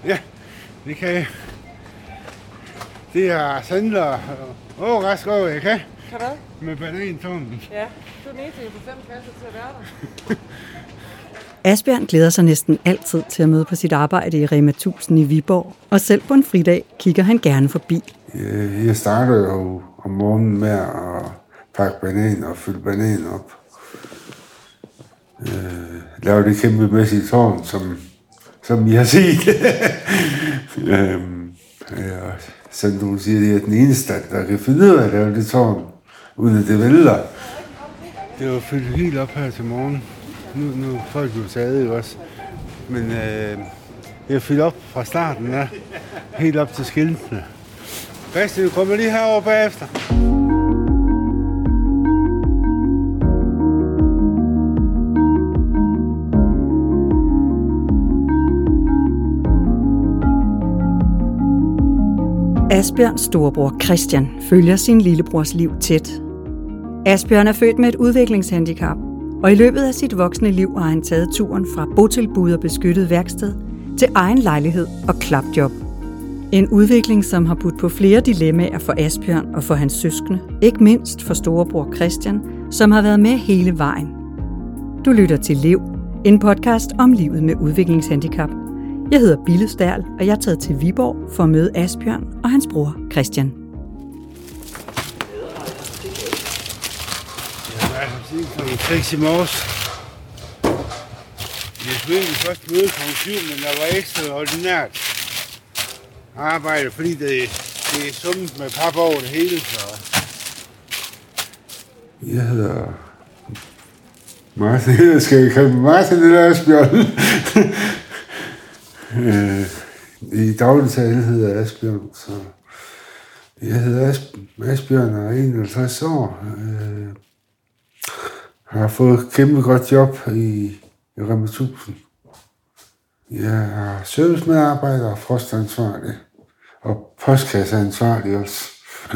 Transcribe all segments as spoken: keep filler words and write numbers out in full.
Ja, det kan jeg. Det er Sandler overrasket over, jeg kan. Kan hvad? Med banantårnen. Ja, du er den eneste på fem pladser til at være der. Asbjørn glæder sig næsten altid til at møde på sit arbejde i Rema tusind i Viborg, og selv på en fridag kigger han gerne forbi. Jeg starter jo om morgenen med at pakke bananer og fylde bananer op. Jeg laver det kæmpemæssige tårn, som, som I har set. Ja, som nogen siger, det er den eneste, der kan finde ud af at lave det tårn, uden at det vælter. Det var fyldt helt op her til morgen. Nu, nu er folk jo taget også. Men øh, jeg fyldt op fra starten, ja. Helt op til skiltene. Christian, du kommer lige herover bagefter. Asbjørns storebror Christian følger sin lillebrors liv tæt. Asbjørn er født med et udviklingshandicap, og i løbet af sit voksne liv har han taget turen fra botilbud og beskyttet værksted til egen lejlighed og klapjob. En udvikling, som har budt på flere dilemmaer for Asbjørn og for hans søskende, ikke mindst for storebror Christian, som har været med hele vejen. Du lytter til Lev, en podcast om livet med udviklingshandicap. Jeg hedder Bille Stærl, og jeg er taget til Viborg for at møde Asbjørn og hans bror Christian. Jeg har set klokken seks i morges. Jeg skulle egentlig først møde klokken syv, men der var ekstraordinært arbejde, fordi det, det er summet med pap over det hele. Så. Jeg hedder Martin. Jeg skal kalde mig Martin eller Asbjørn. I daglig tale hedder jeg Asbjørn, så jeg hedder Asb- Asbjørn og er enoghalvtreds år. Øh, har fået et kæmpe godt job i, i Rema tusind. Jeg er servicemedarbejder og frostansvarlig og postkasseansvarlig også.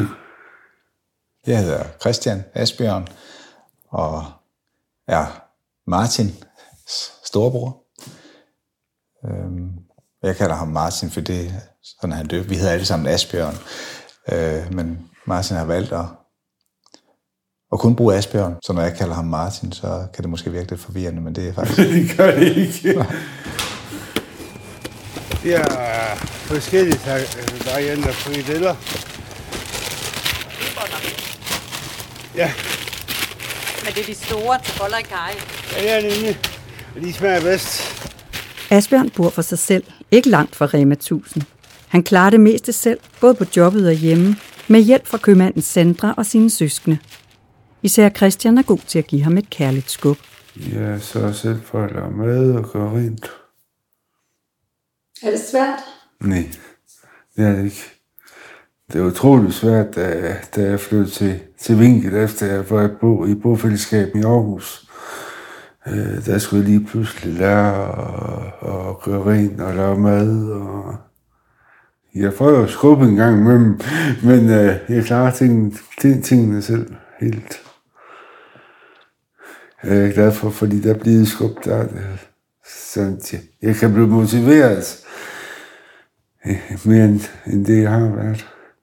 Jeg hedder Christian Asbjørn og er Martin storebror. Øhm, Jeg kalder ham Martin, for det sådan er han døbt. Vi hedder alle sammen Asbjørn. Øh, men Martin har valgt at, at kun bruge Asbjørn. Så når jeg kalder ham Martin, så kan det måske virke lidt forvirrende, men det er faktisk... det gør det ikke. Det er forskellige varianter frikadeller. Ja. Men det er de store til boller i kaj. Ja, det er nemlig. De smager bedst. Asbjørn bor for sig selv, ikke langt fra Rema tusind. Han klarer det meste selv, både på jobbet og hjemme, med hjælp fra købmanden Sandra og sine søskende. Især Christian er god til at give ham et kærligt skub. Jeg sørger selv for at lave mad og gøre rent. Er det svært? Nej, det er det ikke. Det er utroligt svært, da, da jeg flyttede til, til Vinkel, efter jeg var bo i bofællesskab i Aarhus. Øh, der skulle jeg lige pludselig lære at, at gøre rent og lave mad. Og jeg får jo skubbe en gang imellem, men øh, jeg klarer tingene, tingene selv helt. Jeg er glad for, fordi der bliver skub der. Så jeg kan blive motiveret mere end, end det, jeg har været.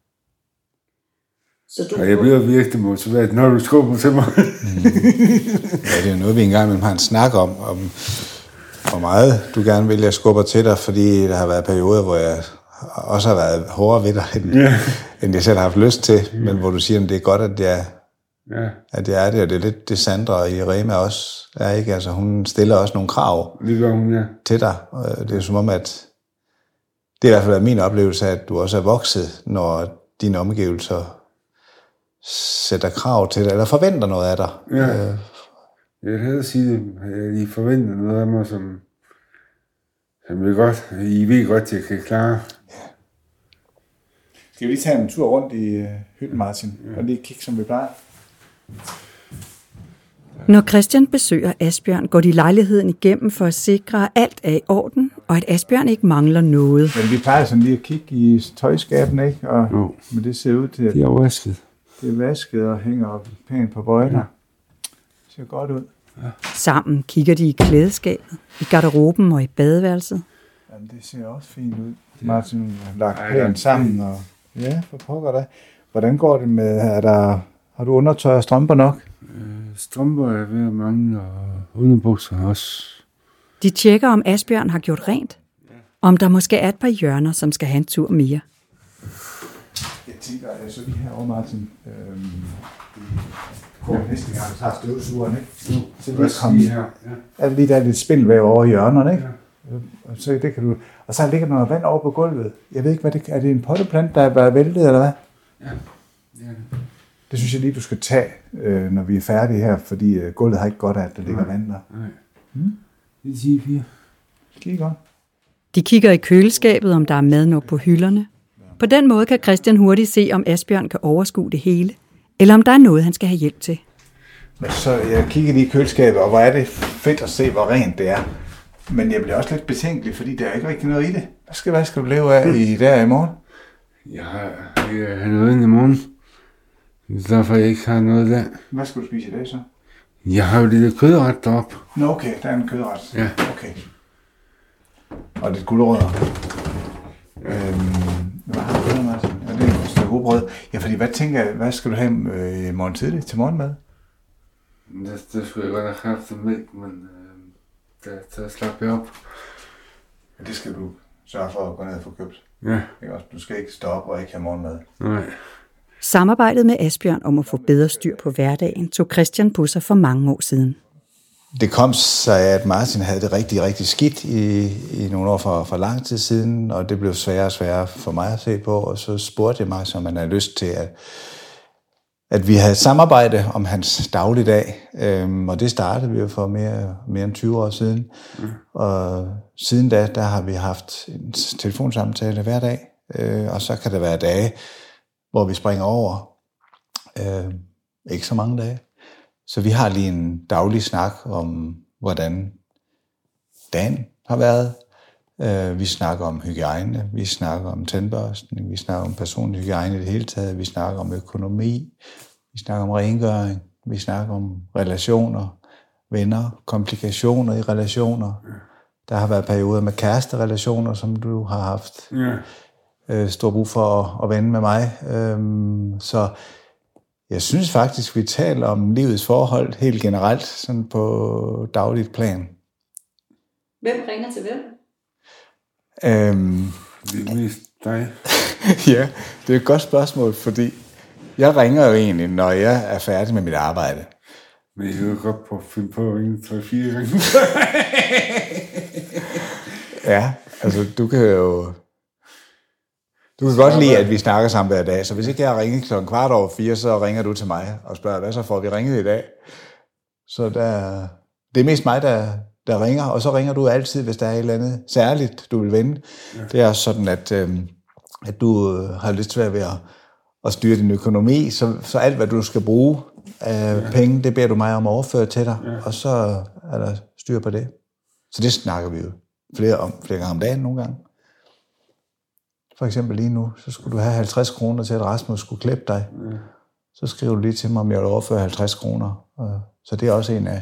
Så du... Og jeg bliver virkelig motiveret, når du skubber til mig. mm. Ja, det er jo noget, vi engang imellem har en snak om, om hvor meget du gerne vil, jeg skubber til dig, fordi der har været perioder, hvor jeg også har været hårdere ved dig, end, ja. end jeg selv har haft lyst til, ja. Men hvor du siger, at det er godt, at jeg, ja. at jeg er det, og det er lidt det Sandra i Rema også er, ikke? Altså, hun stiller også nogle krav det gør hun, ja. til dig. Det er som om, at det er i hvert fald været min oplevelse, at du også er vokset, når dine omgivelser sætter krav til dig, eller forventer noget af dig. Ja. Øh. Jeg havde sige det, at I forventer noget af mig, som, som jeg godt, I ved godt, at jeg kan klare. Ja. Skal vi lige tage en tur rundt i uh, hytten, Martin, ja. Og lige kigge, som vi plejer? Når Christian besøger Asbjørn, går de lejligheden igennem for at sikre, at alt er i orden, og at Asbjørn ikke mangler noget. Men vi plejer sådan lige at kigge i tøjskaben, ikke? Og, jo. Men det ser ud til, at det er vasket. Det er vasket og hænger pænt på bøjler. Ja. Det ser godt ud. Ja. Sammen kigger de i klædeskabet, i garderoben og i badeværelset. Ja, Jamen, det ser også fint ud. Martin har lagt pænt sammen, og ja, for pokker da. Hvordan går det med, er der, har du undertøj og strømper nok? Øh, strømper er ved at mangle, og underbukser også. De tjekker, om Asbjørn har gjort rent. Om der måske er et par hjørner, som skal have en tur mere. Jeg tænker, jeg så lige herovre, Martin. Øhm, Kort næste gang, så har støvsugeren, ikke? Jo, så lige komme her. Ja. Er lige der lidt spindelvæv over i hjørnerne, ikke? Ja. Og så det kan du. Og så ligger der noget vand over på gulvet. Jeg ved ikke, hvad det er. Er det en potteplante, der er bare væltet, eller hvad? Ja. Ja. Det synes jeg lige, du skal tage, øh, når vi er færdige her, fordi øh, gulvet har ikke godt af, at der ligger Nej. vand der. Nej. Hmm? Det er sige fire. Skide godt. De kigger i køleskabet, om der er mad nok på hylderne. På den måde kan Christian hurtigt se, om Asbjørn kan overskue det hele, eller om der er noget, han skal have hjælp til. Men så jeg kigger lige i køleskabet, og hvor er det fedt at se, hvor rent det er. Men jeg bliver også lidt betænkelig, fordi der er ikke rigtig noget i det. Hvad skal, hvad skal du leve af i der i morgen? Jeg har, jeg har noget ind i morgen. Det er derfor, jeg ikke har noget der. Hvad skal du spise i dag så? Jeg har jo lidt kødret deroppe. Nå okay, der er en kødret. Ja. Okay. Og lidt gulerødder. Øhm, hvad har du der, Martin? Ja, det er et stykke rugbrød. Ja, fordi hvad tænker jeg, hvad skal du have øh, i morgen tidligt til morgenmad? Det, det skulle jeg godt have haft som mælk, men øh, der, der slap jeg op. Ja, det skal du sørge for at gå ned og få købt. Ja. Du skal ikke stå op og ikke have morgenmad. Nej. Samarbejdet med Asbjørn om at få bedre styr på hverdagen tog Christian på sig for mange år siden. Det kom sig, at Martin havde det rigtig, rigtig skidt i, i nogle år for, for lang tid siden, og det blev sværere og sværere for mig at se på, og så spurgte jeg Martin, om han havde lyst til, at, at vi havde et samarbejde om hans dagligdag, øhm, og det startede vi jo for mere, mere end tyve år siden, mm. og siden da, der har vi haft en telefonsamtale hver dag, øh, og så kan der være dage, hvor vi springer over, øh, ikke så mange dage. Så vi har lige en daglig snak om, hvordan dagen har været. Vi snakker om hygiejne, vi snakker om tandbørstning, vi snakker om personlig hygiejne i det hele taget, vi snakker om økonomi, vi snakker om rengøring, vi snakker om relationer, venner, komplikationer i relationer. Der har været perioder med kæresterelationer, som du har haft ja. stor brug for at, at vende med mig. Så jeg synes faktisk, vi taler om livets forhold helt generelt, sådan på dagligt plan. Hvem ringer til hvem? Øhm, det er mest dig. Ja, det er et godt spørgsmål, fordi jeg ringer jo egentlig, når jeg er færdig med mit arbejde. Men jeg kan jo godt på at finde på at ringe tre-fire gange. Ja, altså du kan jo... Du kan godt lide, at vi snakker sammen hver dag, så hvis ikke jeg har ringet klokken kvart over fire, så ringer du til mig og spørger, hvad så får vi ringet i dag? Så der, det er mest mig, der, der ringer, og så ringer du altid, hvis der er et eller andet særligt, du vil vende. Ja. Det er sådan, at, øh, at du har lidt svært ved at, at styre din økonomi, så, så alt, hvad du skal bruge af ja. penge, det beder du mig om at overføre til dig, ja. og så er der styr på det. Så det snakker vi jo flere, om, flere gange om dagen nogle gange. For eksempel lige nu, så skulle du have halvtreds kroner til, at Rasmus skulle klippe dig. Ja. Så skriver du lige til mig, om jeg vil overføre halvtreds kroner. Så det er også en af,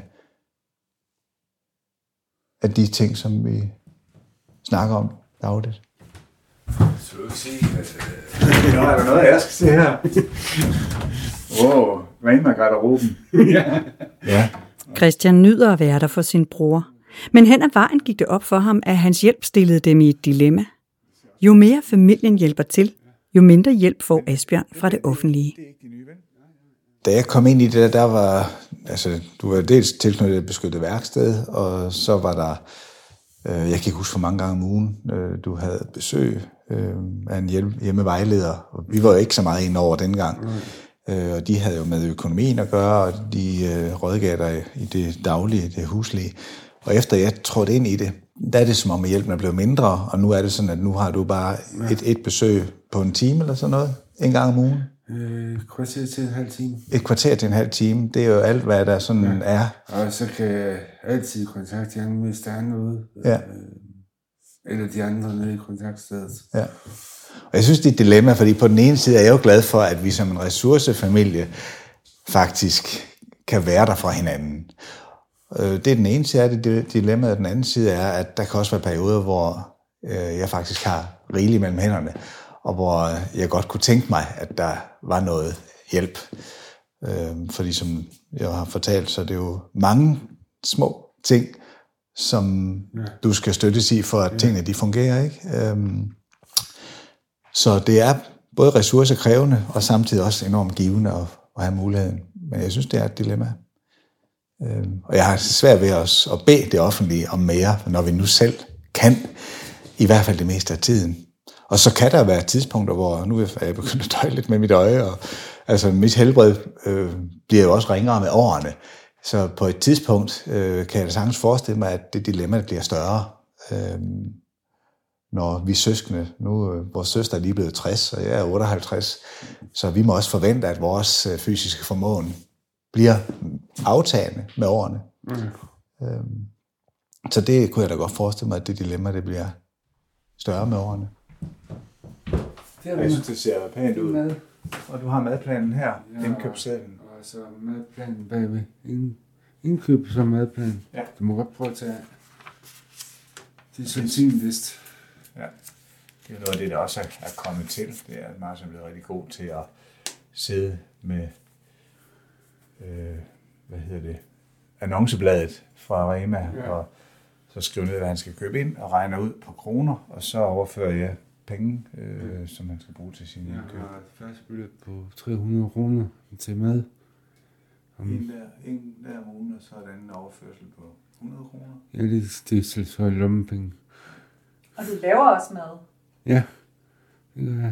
af de ting, som vi snakker om dagligt. Så du se, at... Nå, er der noget, jeg skal se her? Wow, rent med garderoben. Ja. Ja. Christian nyder at være der for sin bror. Men hen ad vejen gik det op for ham, at hans hjælp stillede dem i et dilemma. Jo mere familien hjælper til, jo mindre hjælp får Asbjørn fra det offentlige. Da jeg kom ind i det, der var, altså, du var dels tilknyttet et beskyttet værksted, og så var der, øh, jeg kan ikke huske, hvor mange gange om ugen, øh, du havde besøg øh, af en hjemmevejleder, og vi var jo ikke så meget inde over dengang, mm. øh, og de havde jo med økonomien at gøre, og de øh, rådgav dig i det daglige, det huslige. Og efter jeg trådte ind i det, der er det som om, at hjælpen er blevet mindre, og nu er det sådan, at nu har du bare et, et besøg på en time eller sådan noget, en gang om ugen. Øh, et kvarter til en halv time. Et kvarter til en halv time, det er jo alt, hvad der sådan ja. er. Og så kan jeg altid kontakte jer, hvis der er noget. Ja. Øh, eller de andre nede i kontaktstedet. Ja. Og jeg synes, det er et dilemma, fordi på den ene side er jeg jo glad for, at vi som en ressourcefamilie faktisk kan være der for hinanden. Det er den ene side af det dilemma, og den anden side er, at der kan også være perioder, hvor øh, jeg faktisk har rigeligt mellem hænderne, og hvor jeg godt kunne tænke mig, at der var noget hjælp. Øh, fordi som jeg har fortalt, så det er jo mange små ting, som ja. du skal støttes i, for at ja. tingene de fungerer, ikke? Øhm, så det er både ressourcekrævende, og samtidig også enormt givende at, at have muligheden. Men jeg synes, det er et dilemma. Øhm, og jeg har svært ved os at bede det offentlige om mere, når vi nu selv kan, i hvert fald det meste af tiden. Og så kan der være tidspunkter, hvor nu er jeg begyndt at døje lidt med mit øje, og altså mit helbred øh, bliver jo også ringere med årene. Så på et tidspunkt øh, kan jeg da sagtens forestille mig, at det dilemma bliver større, øh, når vi søskende, nu øh, vores søster er lige blevet tres, og jeg er otteoghalvtreds, så vi må også forvente, at vores øh, fysiske formåen bliver aftagende med årene. Mm. Øh, så det kunne jeg da godt forestille mig, at det dilemma det bliver større med årene. Jeg synes, det ser pænt ud. Mad. Og du har madplanen her, ja, indkøbssedlen. Og så madplanen bagved. Indkøb som madplan. Ja. Du må godt prøve at tage det som sin liste. Ja. Det er noget af det, der også er kommet til. Det er meget, som bliver rigtig god til at sidde med, øh, hvad hedder det, annoncebladet fra Rema, ja. og så skrive ned, hvad han skal købe ind, og regner ud på kroner, og så overfører jeg penge, øh, ja. som han skal bruge til sin indkøb. Jeg har et fast beløb på tre hundrede kroner til mad. Om... En der, en der om ugen, og så er der anden overførsel på hundrede kroner. Ja, det, det er selvsagt lommepenge. Og du laver også mad? Ja, det gør jeg.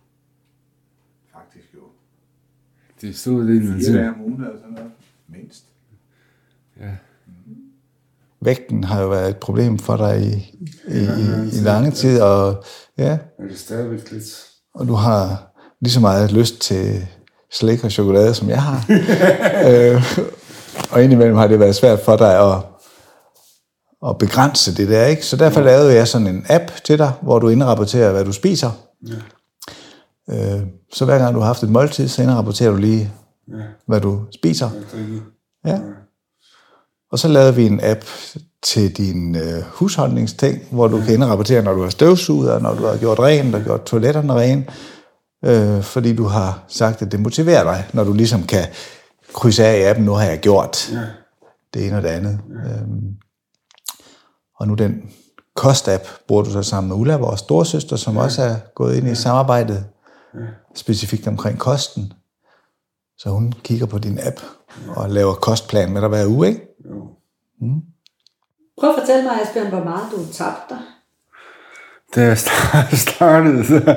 Faktisk jo. Det er stort del af fire dage om ugen, eller sådan noget. Mindst. Ja. Mm-hmm. Vægten har jo været et problem for dig i, i, i, i lange tid, og ja. Er det stadigvæk lidt? Og du har lige så meget lyst til slik og chokolade, som jeg har. øh, og indimellem har det været svært for dig at, at begrænse det der, ikke? Så derfor ja. lavede jeg sådan en app til dig, hvor du indrapporterer, hvad du spiser. Ja. Øh, så hver gang du har haft et måltid, så indrapporterer du lige, ja. hvad du spiser. Ja. ja. Og så lavede vi en app til din øh, husholdningsting, hvor du ja. kan indrapportere, når du har støvsuget, og når du har gjort rent og gjort toiletterne rene. Øh, fordi du har sagt, at det motiverer dig, når du ligesom kan krydse af i appen, nu har jeg gjort ja. det ene og det andet. Ja. Øhm, og nu den kostapp bruger du så sammen med Ulla, vores storesøster, som ja. også er gået ind i samarbejdet, ja. specifikt omkring kosten. Så hun kigger på din app ja. og laver kostplan med dig hver uge, ikke? Jo. Mm. Prøv at fortælle mig, Asbjørn, hvor meget du tabte dig. Da jeg startede, så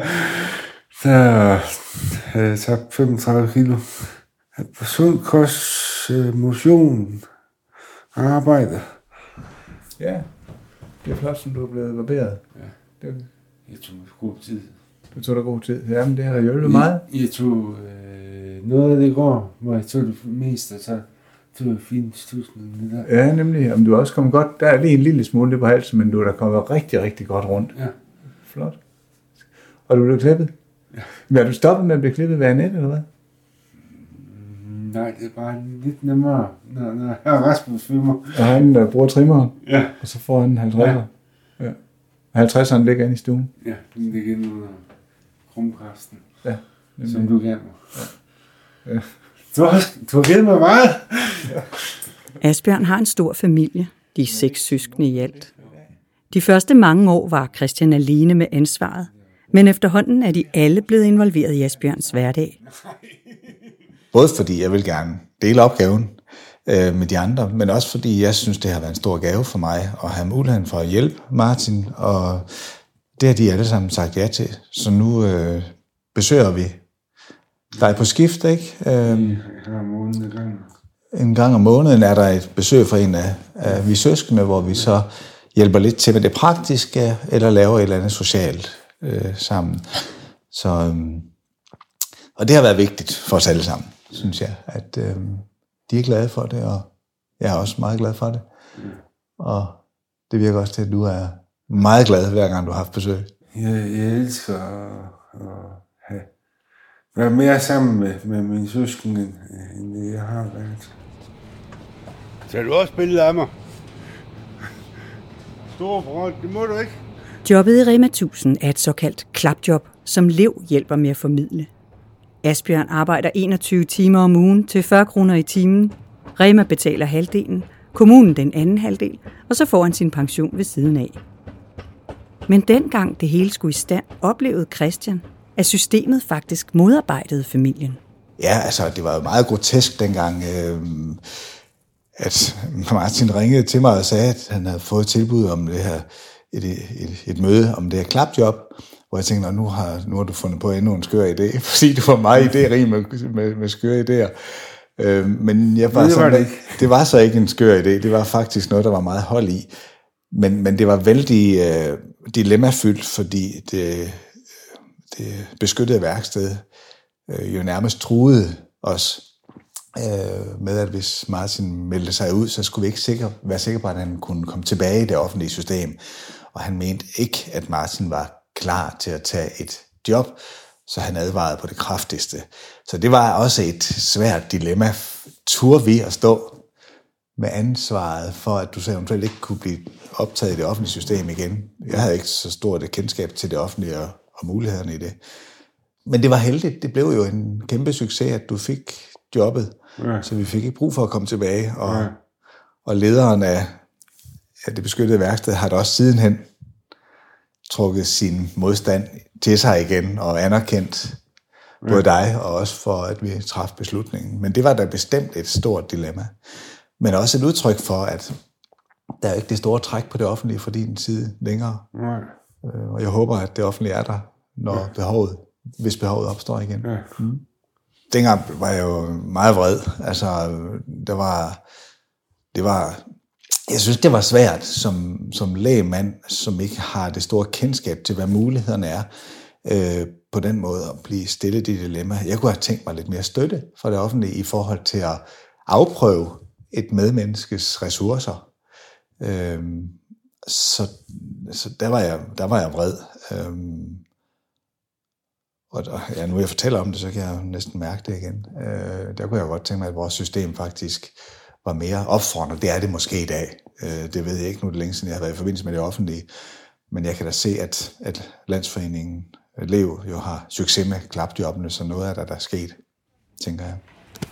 der havde jeg tabt femogtredive kilo. På sund kost, motion, arbejde. Ja, det er flot, som du er blevet barberet. Ja, det... jeg tog mig god tid. Du tog dig god tid? Jamen, det har hjulpet meget. Jeg tog øh, noget af det i går, hvor jeg tog det meste, og så tog jeg fint stusning der. Ja, nemlig. Om du også kommet godt, der er lige en lille smule det på halsen, men du er da kommet rigtig, rigtig godt rundt. Ja. Flot. Og du blev klippet? Ja. Men er du stoppet med at blive klippet hver Annette, eller hvad? Mm, nej, det er bare lidt nemmere, når, når jeg har Rasmus filmer. Og han uh, bruger trimmeren, ja. og så får han en halvtredser. Ja. Ja. halvtredseren ligger inde i stuen. Ja, den ligger inde under krumkasten, ja, som du gav mig. Ja. Ja. Du har, du har givet mig meget. Ja. Asbjørn har en stor familie, de er seks søskende i alt. De første mange år var Christian alene med ansvaret, men efterhånden er de alle blevet involveret i Asbjørns hverdag. Både fordi jeg vil gerne dele opgaven øh, med de andre, men også fordi jeg synes, det har været en stor gave for mig at have muligheden for at hjælpe Martin, og det har de alle sammen sagt ja til. Så nu øh, besøger vi dig på skift, ikke? Øh, en gang om måneden er der et besøg for en af, af vi søskende, hvor vi så hjælper lidt til med det praktiske, eller laver et eller andet socialt øh, sammen. Så, øhm, og det har været vigtigt for os alle sammen, synes jeg, at øhm, de er glade for det, og jeg er også meget glad for det. Og det virker også til, at du er meget glad, hver gang du har haft besøg. Jeg, jeg elsker at, at have, være mere sammen med, med mine søskende, end jeg har været. Så du også billede af mig? Storebror, det må du ikke. Jobbet i Rema tusind er et såkaldt klapjob, som Lev hjælper med at formidle. Asbjørn arbejder enogtyve timer om ugen til fyrre kroner i timen. Rema betaler halvdelen, kommunen den anden halvdel, og så får han sin pension ved siden af. Men dengang det hele skulle i stand, oplevede Christian, at systemet faktisk modarbejdede familien. Ja, altså det var jo meget grotesk dengang, øh, at Martin ringede til mig og sagde, at han havde fået tilbud om det her, et, et, et møde om det her klapjob, hvor jeg tænkte, nu har, nu har du fundet på endnu en skør idé, fordi du var meget idérig med, med, med skøre idéer. Øh, men jeg var det, var sådan, det, det var så ikke en skør idé, det var faktisk noget, der var meget hold i. Men, men det var vældig øh, dilemmafyldt, fordi det, det beskyttede værksted øh, jo nærmest truede os øh, med, at hvis Martin meldte sig ud, så skulle vi ikke sikker, være sikre på, at han kunne komme tilbage i det offentlige system. Og han mente ikke, at Martin var klar til at tage et job, så han advarede på det kraftigste. Så det var også et svært dilemma. Turde vi at stå med ansvaret for, at du så eventuelt ikke kunne blive optaget i det offentlige system igen? Jeg havde ikke så stort et kendskab til det offentlige og, og mulighederne i det. Men det var heldigt. Det blev jo en kæmpe succes, at du fik jobbet. Ja. Så vi fik ikke brug for at komme tilbage. Og, ja. og lederen af, af det beskyttede værksted har da også sidenhen trukket sin modstand til sig igen og anerkendt ja. både dig og også for, at vi træffede beslutningen. Men det var da bestemt et stort dilemma. Men også et udtryk for, at der er ikke det store træk på det offentlige fra din side længere. Nej. Og jeg håber, at det offentlige er der, når ja. behovet, hvis behovet opstår igen. Ja. Mm. Dengang var jeg jo meget vred. Altså, der var, det var, jeg synes, det var svært som, som lægmand, som ikke har det store kendskab til, hvad mulighederne er, øh, på den måde at blive stillet i dilemma. Jeg kunne have tænkt mig lidt mere støtte fra det offentlige i forhold til at afprøve et medmenneskes ressourcer. Øhm, så så der, var jeg, der var jeg vred. Øhm, og der, ja, nu jeg fortæller om det, så kan jeg næsten mærke det igen. Øh, der kunne jeg godt tænke mig, at vores system faktisk var mere opfordrende. Det er det måske i dag. Øh, det ved jeg ikke, nu er det længe siden, jeg har været i forbindelse med det offentlige. Men jeg kan da se, at, at Landsforeningen Lev jo har succes med klapjobbene, så noget af det, der er sket, tænker jeg.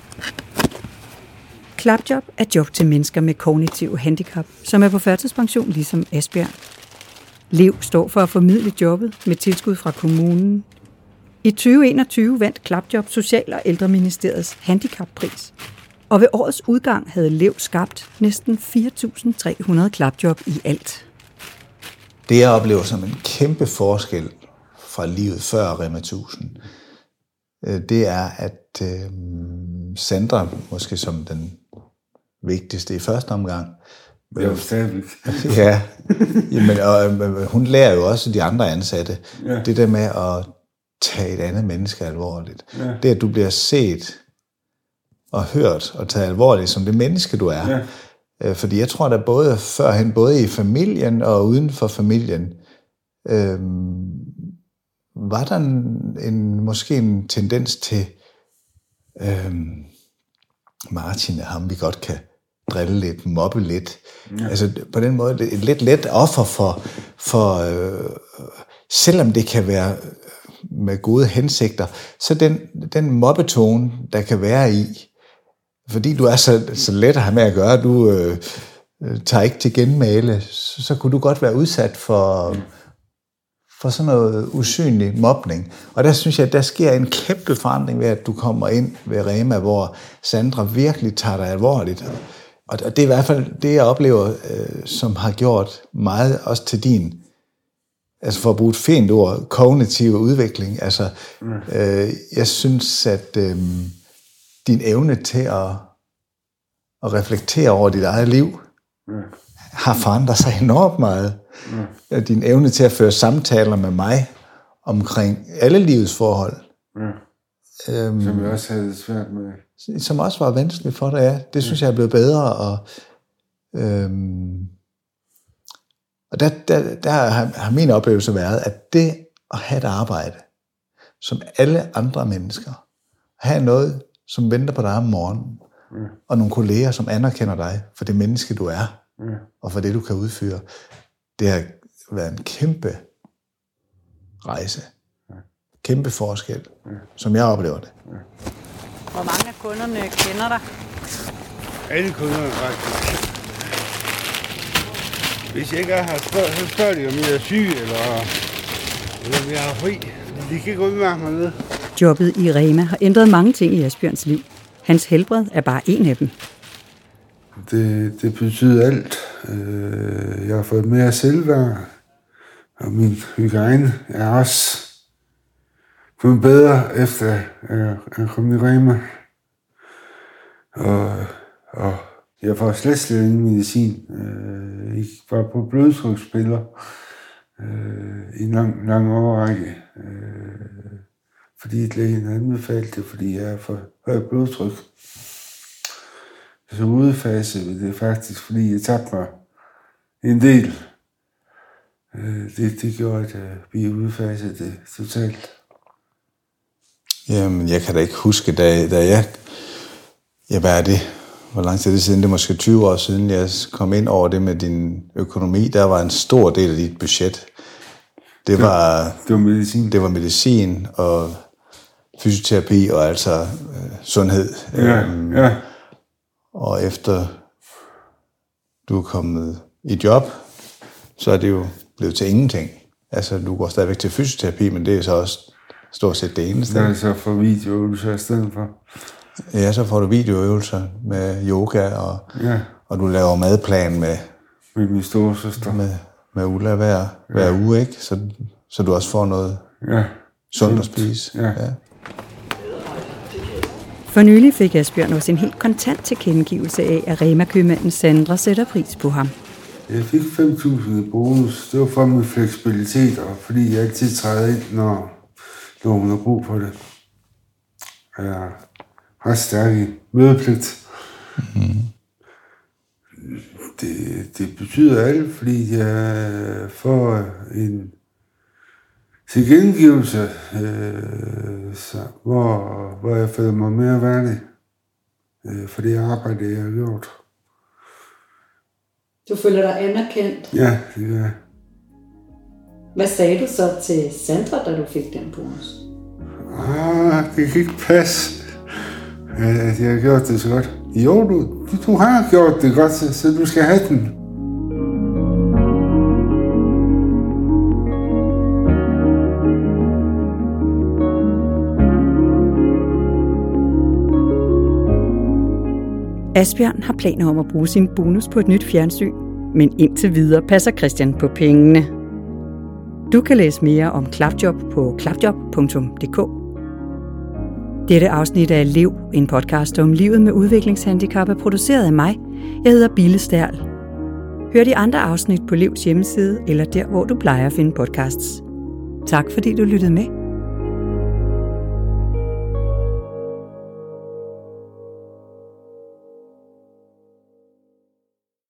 Klapjob er job til mennesker med kognitive handicap, som er på førtidspension ligesom Asbjørn. Lev står for at formidle jobbet med tilskud fra kommunen. I tyve enogtyve vandt Klapjob Social- og Ældreministeriets handicappris, og ved årets udgang havde Lev skabt næsten fire tusind tre hundrede klapjob i alt. Det jeg oplever som en kæmpe forskel fra livet før Rema tusind, det er, at øh, Sandra, måske som den vigtigste i første omgang. Det er jo stadigvæk. Ja, jamen, og øh, hun lærer jo også de andre ansatte. Ja. Det der med at tage et andet menneske alvorligt. Ja. Det, at du bliver set og hørt og taget alvorligt som det menneske, du er. Ja. Øh, fordi jeg tror, der både førhen, både i familien og uden for familien, øh, var der en, en, måske en tendens til øh, Martin og ham, vi godt kan drille lidt, mobbe lidt. Ja. Altså på den måde et lidt let offer for, for øh, selvom det kan være med gode hensigter, så den, den mobbetone, der kan være i, fordi du er så, så let at have med at gøre, du øh, tager ikke til genmæle, så, så kunne du godt være udsat for, for sådan noget usynlig mobning. Og der synes jeg, at der sker en kæmpe forandring ved, at du kommer ind ved Rema, hvor Sandra virkelig tager dig alvorligt. Og det er i hvert fald det, jeg oplever, øh, som har gjort meget også til din, altså for at bruge et fint ord, kognitive udvikling. Altså, mm. øh, jeg synes, at øh, din evne til at, at reflektere over dit eget liv, mm. har forandret sig enormt meget. Mm. Din evne til at føre samtaler med mig omkring alle livets forhold. Mm. Øhm, som jeg også havde det svært med. Som også var vanskeligt for dig, ja. Det synes mm. jeg er blevet bedre. Og, øhm, og der, der, der har, har min oplevelse været, at det at have et arbejde, som alle andre mennesker, have noget, som venter på dig om morgenen, mm. og nogle kolleger, som anerkender dig for det menneske, du er, mm. og for det, du kan udføre, det har været en kæmpe rejse. Kæmpe forskel, ja. Som jeg oplever det. Ja. Hvor mange af kunderne kender dig? Alle kunderne faktisk. Hvis jeg ikke er her, så spørger de, om jeg er syg, eller, eller om jeg er fri. De kan ikke udmærke mig ned. Jobbet i Rema har ændret mange ting i Asbjørns liv. Hans helbred er bare en af dem. Det, det betyder alt. Jeg har fået mere selvværd, og min hygiejne er også blevet bedre, efter jeg kom i Rema. Og, og jeg får slet slet ingen medicin. Jeg var på blodtrykspiller i en lang, lang årrække. Fordi lægen anbefalede det, fordi jeg har for højt blodtryk. Så udfase det er faktisk, fordi jeg tabte mig en del. Det, det gjorde, at vi udfasede det totalt. Jamen, jeg kan da ikke huske, da, da jeg... Ja, hvad er det? Hvor lang tid er det siden? Det er måske tyve år siden, jeg kom ind over det med din økonomi. Der var en stor del af dit budget. Det var, det var medicin. Det var medicin og fysioterapi og altså øh, sundhed. Ja, øhm, ja. Og efter du er kommet i job, så er det jo blevet til ingenting. Altså, du går stadigvæk til fysioterapi, men det er så også stort set det eneste. Ja, så får videoøvelser i stedet for. Ja, så får du videoøvelser med yoga, og, ja. og du laver madplan med, med min store søster. Med, med Ulla hver, ja. hver uge, ikke? Så, så du også får noget ja. sundt at spise. Ja. Ja. For nylig fik Asbjørn også en helt kontant tilkendegivelse af, at Rema-købmanden Sandra sætter pris på ham. Jeg fik fem tusind i bonus. Det var for min fleksibilitet, og fordi jeg altid træder ind, når, når hun har brug for det. Jeg er ret stærk i mødepligt. Mm-hmm. Det, det betyder alt, fordi jeg får en tilkendegivelse, øh, så, hvor, hvor jeg føler mig mere værdig øh, for det arbejde, jeg har gjort. Du føler dig anerkendt? Ja, det gør jeg. Hvad sagde du så til Sandra, da du fik den bonus? Ah, det kan ikke passe, at jeg har gjort det så godt. Jo, du, du har gjort det godt, så du skal have den. Asbjørn har planer om at bruge sin bonus på et nyt fjernsyn, men indtil videre passer Christian på pengene. Du kan læse mere om Klapjob på klapjob punktum d k. Dette afsnit af Lev, en podcast om livet med udviklingshandicap, er produceret af mig. Jeg hedder Bille Stærl. Hør de andre afsnit på Levs hjemmeside eller der, hvor du plejer at finde podcasts. Tak fordi du lyttede med.